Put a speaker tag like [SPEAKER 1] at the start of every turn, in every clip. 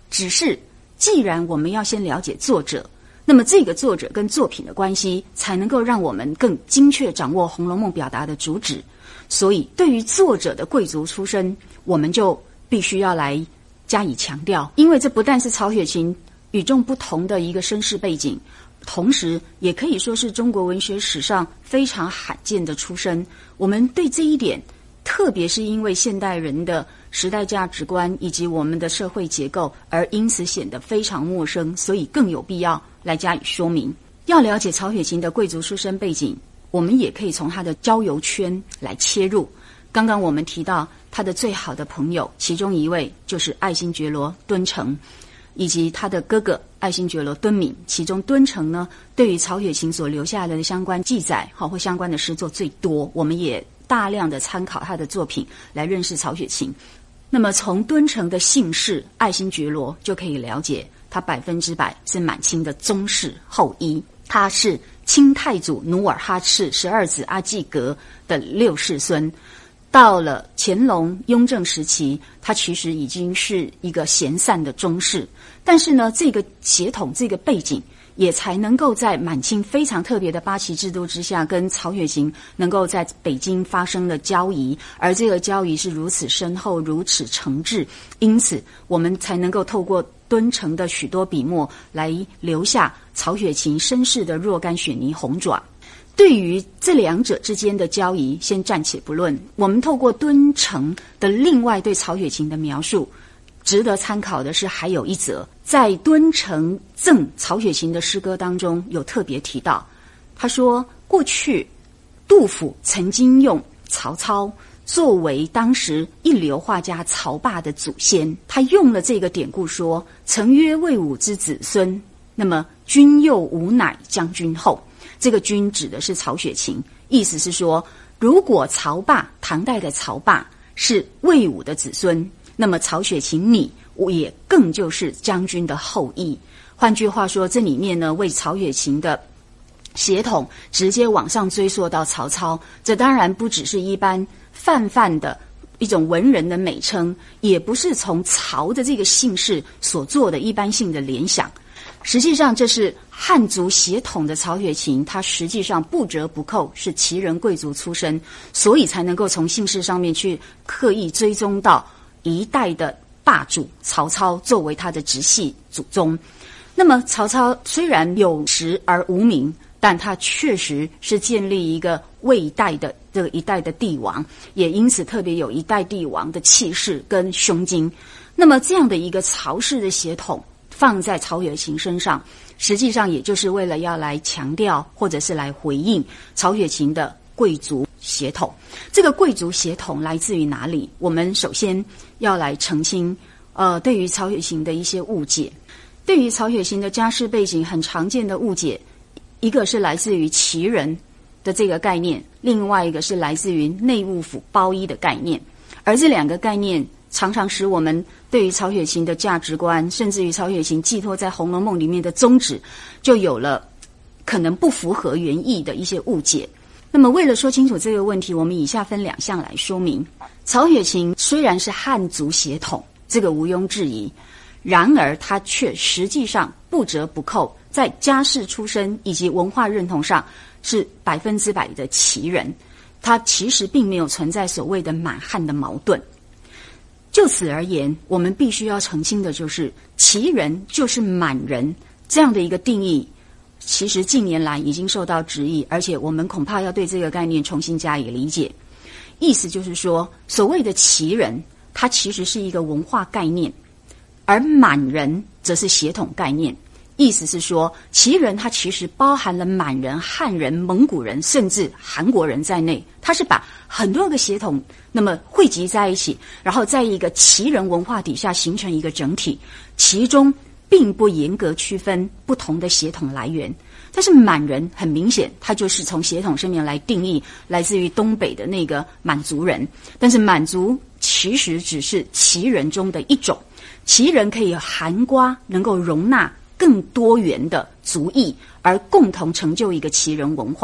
[SPEAKER 1] 只是既然我们要先了解作者，那么这个作者跟作品的关系才能够让我们更精确掌握《红楼梦》表达的主旨。所以对于作者的贵族出身，我们就必须要来加以强调，因为这不但是曹雪芹与众不同的一个身世背景，同时也可以说是中国文学史上非常罕见的出身。我们对这一点，特别是因为现代人的时代价值观以及我们的社会结构，而因此显得非常陌生，所以更有必要来加以说明。要了解曹雪芹的贵族出身背景，我们也可以从他的交友圈来切入。刚刚我们提到他的最好的朋友，其中一位就是爱新觉罗敦诚，以及他的哥哥爱新觉罗敦敏。其中敦诚呢，对于曹雪芹所留下来的相关记载或相关的诗作最多，我们也大量的参考他的作品来认识曹雪芹。那么从敦诚的姓氏爱新觉罗就可以了解，他100%是满清的宗室后裔，他是清太祖努尔哈赤12子阿济格的6世孙。到了乾隆、雍正时期，他其实已经是一个闲散的宗室，但是呢，这个血统、这个背景，也才能够在满清非常特别的八旗制度之下，跟曹雪芹能够在北京发生了交谊，而这个交谊是如此深厚、如此诚挚，因此我们才能够透过敦诚的许多笔墨来留下曹雪芹身世的若干雪泥红爪。对于这两者之间的交谊，先暂且不论，我们透过敦诚的另外对曹雪芹的描述，值得参考的是还有一则，在敦诚赠曹雪芹的诗歌当中有特别提到，他说过去杜甫曾经用曹操作为当时一流画家曹霸的祖先，他用了这个典故说，曾曰魏武之子孙，那么君又吾乃将军后。这个君指的是曹雪芹，意思是说，如果曹霸，唐代的曹霸是魏武的子孙，那么曹雪芹你也更就是将军的后裔。换句话说，这里面呢，为曹雪芹的血统直接往上追溯到曹操，这当然不只是一般泛的一种文人的美称，也不是从曹的这个姓氏所做的一般性的联想。实际上这是汉族血统的曹雪芹，他实际上不折不扣是旗人贵族出身，所以才能够从姓氏上面去刻意追踪到一代的霸主曹操作为他的直系祖宗。那么曹操虽然有实而无名，但他确实是建立一个魏代的这个一代的帝王，也因此特别有一代帝王的气势跟胸襟。那么这样的一个曹氏的血统放在曹雪芹身上，实际上也就是为了要来强调或者是来回应曹雪芹的贵族血统。这个贵族血统来自于哪里？我们首先要来澄清对于曹雪芹的一些误解。对于曹雪芹的家世背景很常见的误解，一个是来自于旗人的这个概念，另外一个是来自于内务府包衣的概念。而这两个概念常常使我们对于曹雪芹的价值观，甚至于曹雪芹寄托在《红楼梦》里面的宗旨，就有了可能不符合原意的一些误解。那么为了说清楚这个问题，我们以下分两项来说明。曹雪芹虽然是汉族血统，这个毋庸置疑，然而他却实际上不折不扣在家世出身以及文化认同上是100%的旗人，他其实并没有存在所谓的满汉的矛盾。就此而言，我们必须要澄清的就是旗人就是满人这样的一个定义，其实近年来已经受到质疑，而且我们恐怕要对这个概念重新加以理解。意思就是说，所谓的旗人它其实是一个文化概念，而满人则是血统概念。意思是说，旗人它其实包含了满人、汉人、蒙古人，甚至韩国人在内，它是把很多个血统那么汇集在一起，然后在一个旗人文化底下形成一个整体，其中并不严格区分不同的血统来源。但是满人很明显，他就是从血统上面来定义来自于东北的那个满族人，但是满族其实只是旗人中的一种，旗人可以涵括能够容纳更多元的族裔，而共同成就一个旗人文化。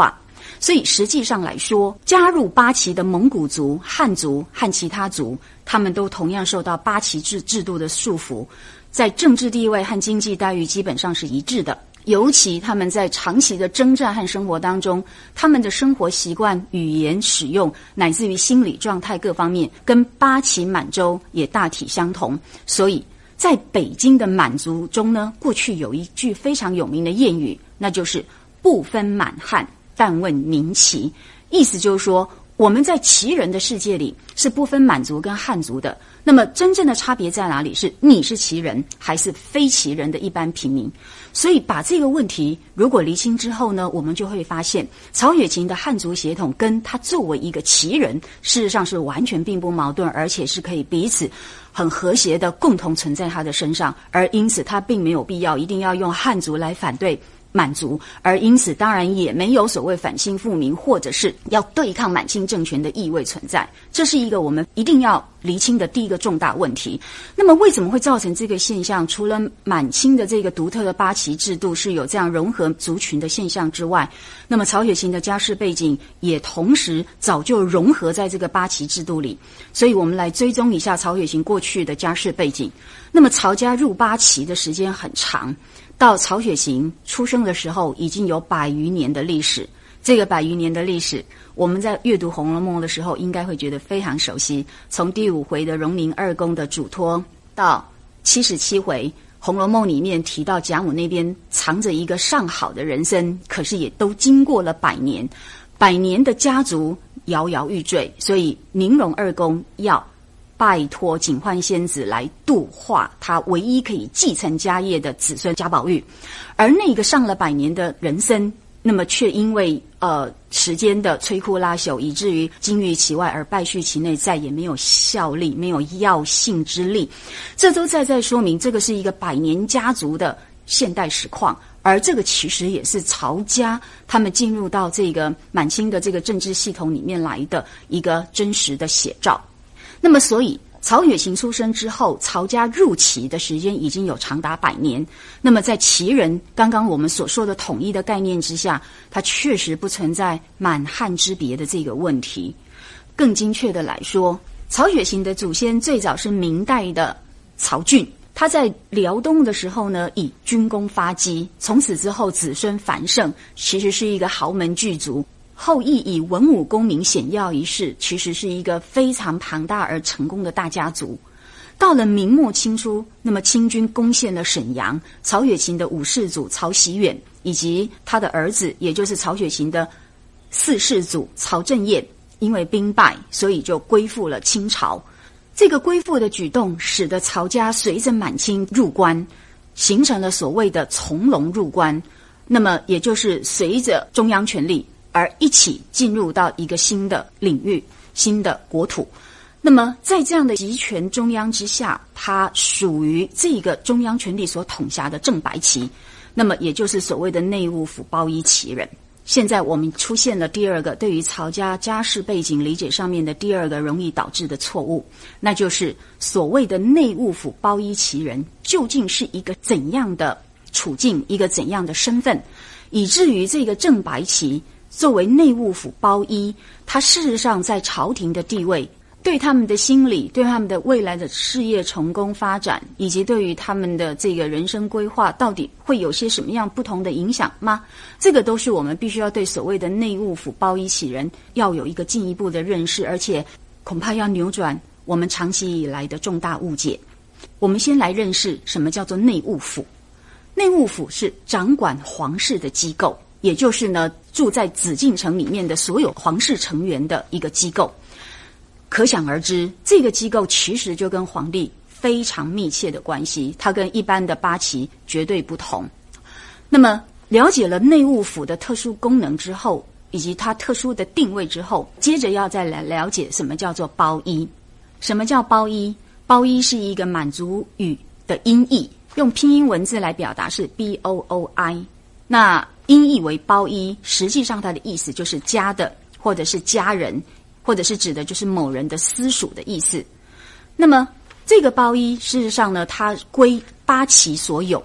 [SPEAKER 1] 所以实际上来说，加入八旗的蒙古族、汉族和其他族，他们都同样受到八旗制度的束缚，在政治地位和经济待遇基本上是一致的。尤其他们在长期的征战和生活当中，他们的生活习惯、语言使用，乃至于心理状态各方面，跟八旗满洲也大体相同。所以在北京的满族中呢，过去有一句非常有名的谚语，那就是不分满汉，但问民旗。意思就是说，我们在旗人的世界里是不分满族跟汉族的，那么真正的差别在哪里？是你是旗人还是非旗人的一般平民。所以把这个问题如果厘清之后呢，我们就会发现曹雪芹的汉族血统跟他作为一个旗人事实上是完全并不矛盾，而且是可以彼此很和谐的共同存在他的身上，而因此他并没有必要一定要用汉族来反对满族，而因此当然也没有所谓反清复明或者是要对抗满清政权的意味存在。这是一个我们一定要厘清的第一个重大问题。那么为什么会造成这个现象？除了满清的这个独特的八旗制度是有这样融合族群的现象之外，那么曹雪芹的家世背景也同时早就融合在这个八旗制度里。所以我们来追踪一下曹雪芹过去的家世背景。那么曹家入八旗的时间很长，到曹雪芹出生的时候已经有100余年的历史。这个100余年的历史，我们在阅读《红楼梦》的时候应该会觉得非常熟悉。从第5回的荣宁二公的嘱托，到77回《红楼梦》里面提到贾母那边藏着一个上好的人参，可是也都经过了100年，100年的家族摇摇欲坠，所以宁荣二公要拜托警幻仙子来度化他唯一可以继承家业的子孙贾宝玉。而那个上了100年的人参，那么却因为时间的摧枯拉朽，以至于金玉其外而败絮其内，再也没有效力，没有药性之力。这都在说明这个是一个100年家族的现代实况，而这个其实也是曹家他们进入到这个满清的这个政治系统里面来的一个真实的写照。那么所以曹雪芹出生之后，曹家入旗的时间已经有长达100年。那么在旗人刚刚我们所说的统一的概念之下，它确实不存在满汉之别的这个问题。更精确的来说，曹雪芹的祖先最早是明代的曹俊，他在辽东的时候呢，以军功发迹，从此之后子孙繁盛，其实是一个豪门巨族。后羿以文武功名显耀一世，其实是一个非常庞大而成功的大家族。到了明末清初，那么清军攻陷了沈阳，曹雪芹的五世祖曹袭远以及他的儿子，也就是曹雪芹的4世祖曹正彦，因为兵败，所以就归附了清朝。这个归附的举动使得曹家随着满清入关，形成了所谓的从龙入关，那么也就是随着中央权力而一起进入到一个新的领域、新的国土。那么在这样的集权中央之下，它属于这个中央权力所统辖的正白旗，那么也就是所谓的内务府包衣旗人。现在我们出现了第二个对于曹家家世背景理解上面的第二个容易导致的错误，那就是所谓的内务府包衣旗人究竟是一个怎样的处境，一个怎样的身份，以至于这个正白旗作为内务府包衣，他事实上在朝廷的地位，对他们的心理，对他们的未来的事业成功发展，以及对于他们的这个人生规划，到底会有些什么样不同的影响吗？这个都是我们必须要对所谓的内务府包衣旗人要有一个进一步的认识，而且恐怕要扭转我们长期以来的重大误解。我们先来认识什么叫做内务府。内务府是掌管皇室的机构，也就是呢住在紫禁城里面的所有皇室成员的一个机构。可想而知，这个机构其实就跟皇帝非常密切的关系，它跟一般的八旗绝对不同。那么了解了内务府的特殊功能之后，以及它特殊的定位之后，接着要再来了解什么叫做包衣。什么叫包衣？包衣是一个满族语的音译，用拼音文字来表达是 BOOI。那音译为包衣，实际上它的意思就是家的，或者是家人，或者是指的就是某人的私属的意思。那么这个包衣事实上呢，它归八旗所有，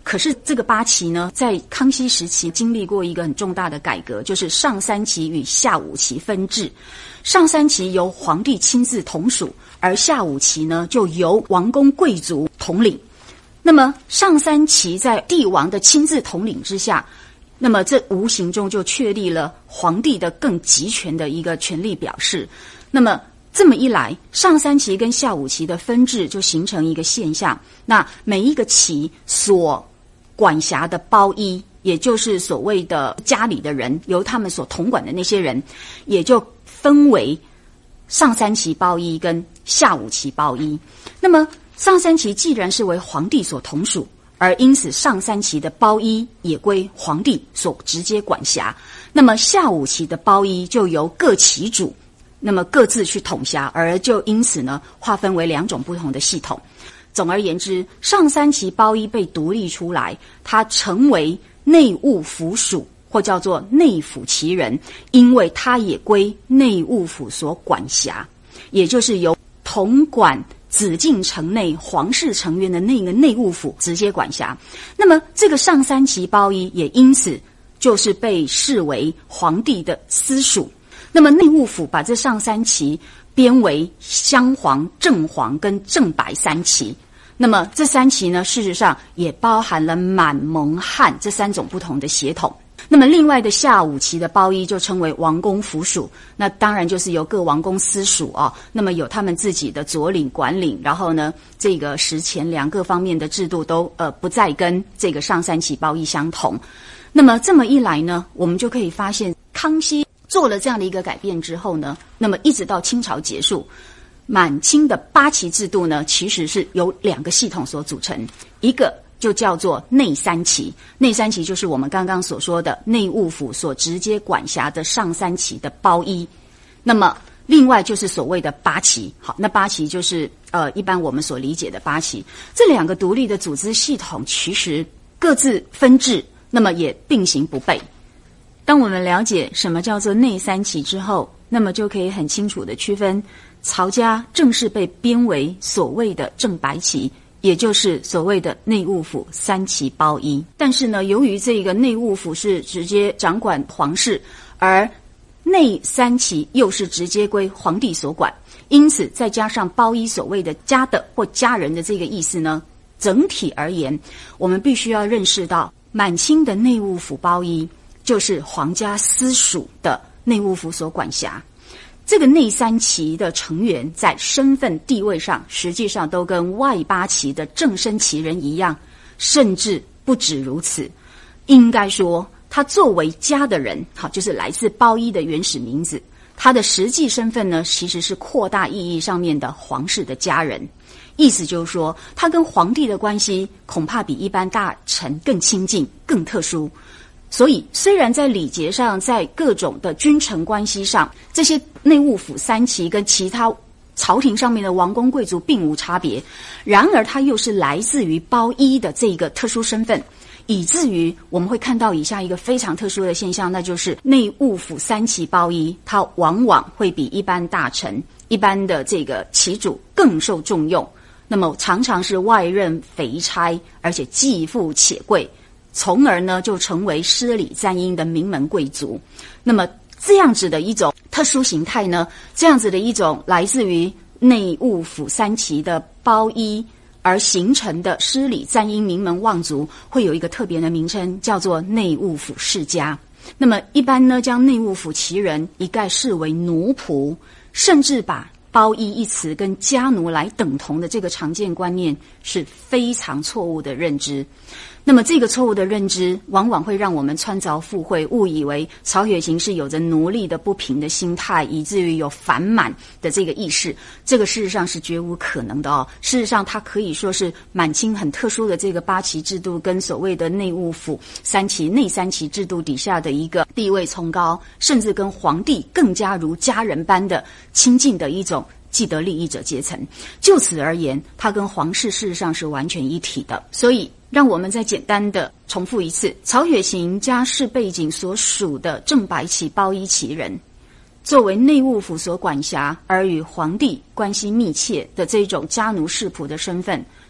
[SPEAKER 1] 可是这个八旗呢，在康熙时期经历过一个很重大的改革，就是上三旗与下五旗分治。上三旗由皇帝亲自统属，而下五旗呢就由王公贵族统领。那么上三旗在帝王的亲自统领之下，那么这无形中就确立了皇帝的更集权的一个权力表示。那么这么一来，上三旗跟下五旗的分治就形成一个现象，那每一个旗所管辖的包衣，也就是所谓的家里的人，由他们所统管的那些人，也就分为上三旗包衣跟下五旗包衣。那么上三旗既然是为皇帝所统属，而因此上三旗的包衣也归皇帝所直接管辖，那么下五旗的包衣就由各旗主那么各自去统辖，而就因此呢划分为两种不同的系统。总而言之，上三旗包衣被独立出来，它成为内务府属，或叫做内府旗人，因为它也归内务府所管辖，也就是由统管紫禁城内皇室成员的那个内务府直接管辖。那么这个上三旗包衣也因此就是被视为皇帝的私属。那么内务府把这上三旗编为镶黄、正黄跟正白三旗。那么这三旗呢，事实上也包含了满、蒙、汉这三种不同的血统。那么另外的下五旗的包衣就称为王公府属，那当然就是由各王公私属那么有他们自己的左领、管领，然后呢这个食钱粮各方面的制度都不再跟这个上三旗包衣相同。那么这么一来呢，我们就可以发现康熙做了这样的一个改变之后呢，那么一直到清朝结束，满清的八旗制度呢，其实是由两个系统所组成，一个就叫做内三旗，内三旗就是我们刚刚所说的内务府所直接管辖的上三旗的包衣，那么另外就是所谓的八旗。好，那八旗就是一般我们所理解的八旗。这两个独立的组织系统其实各自分治，那么也并行不悖。当我们了解什么叫做内三旗之后，那么就可以很清楚地区分曹家正式被编为所谓的正白旗，也就是所谓的内务府三旗包衣。但是呢，由于这个内务府是直接掌管皇室，而内三旗又是直接归皇帝所管，因此再加上包衣所谓的家的或家人的这个意思呢，整体而言，我们必须要认识到满清的内务府包衣就是皇家私属的内务府所管辖。这个内三旗的成员在身份地位上实际上都跟外八旗的正身旗人一样，甚至不止如此。应该说他作为家的人，好，就是来自包衣的原始名字，他的实际身份呢，其实是扩大意义上面的皇室的家人。意思就是说，他跟皇帝的关系恐怕比一般大臣更亲近、更特殊。所以虽然在礼节上，在各种的君臣关系上，这些内务府三旗跟其他朝廷上面的王公贵族并无差别，然而他又是来自于包衣的这个特殊身份，以至于我们会看到以下一个非常特殊的现象，那就是内务府三旗包衣，它往往会比一般大臣、一般的这个旗主更受重用，那么常常是外任肥差，而且既富且贵，从而呢就成为施礼赞英的名门贵族。那么这样子的一种特殊形态呢，这样子的一种来自于内务府三旗的包衣而形成的施礼赞英名门望族，会有一个特别的名称，叫做内务府世家。那么一般呢，将内务府旗人一概视为奴仆，甚至把包衣一词跟家奴来等同的这个常见观念是非常错误的认知。那么这个错误的认知往往会让我们穿凿附会，误以为曹雪芹是有着奴隶的不平的心态，以至于有反满的这个意识。这个事实上是绝无可能的事实上它可以说是满清很特殊的这个八旗制度跟所谓的内务府三旗内三旗制度底下的一个地位崇高，甚至跟皇帝更加如家人般的亲近的一种既得利益者阶层。就此而言，它跟皇室事实上是完全一体的。所以让我们再简单的重复一次，曹雪芹家世背景所属的正白旗包衣旗人，作为内务府所管辖而与皇帝关系密切的这种家奴世仆的身份，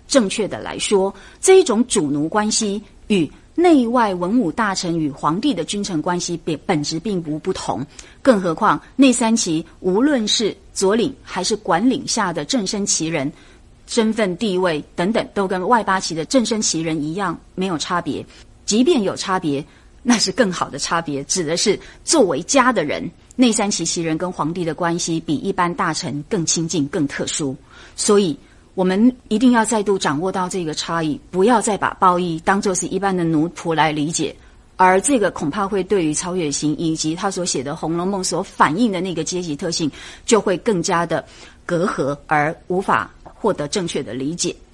[SPEAKER 1] 正确的来说，这一种主奴关系与内外文武大臣与皇帝的君臣关系本质并无不同，更何况内三旗无论是左领还是管领下的正身旗人，身份地位等等都跟外八旗的正身旗人一样没有差别，即便有差别，那是更好的差别，指的是作为家的人，内三旗旗人跟皇帝的关系比一般大臣更亲近更特殊。所以我们一定要再度掌握到这个差异，不要再把褒义当作是一般的奴仆来理解，而这个恐怕会对于曹雪芹以及他所写的《红楼梦》所反映的那个阶级特性就会更加的隔阂，而无法获得正确的理解。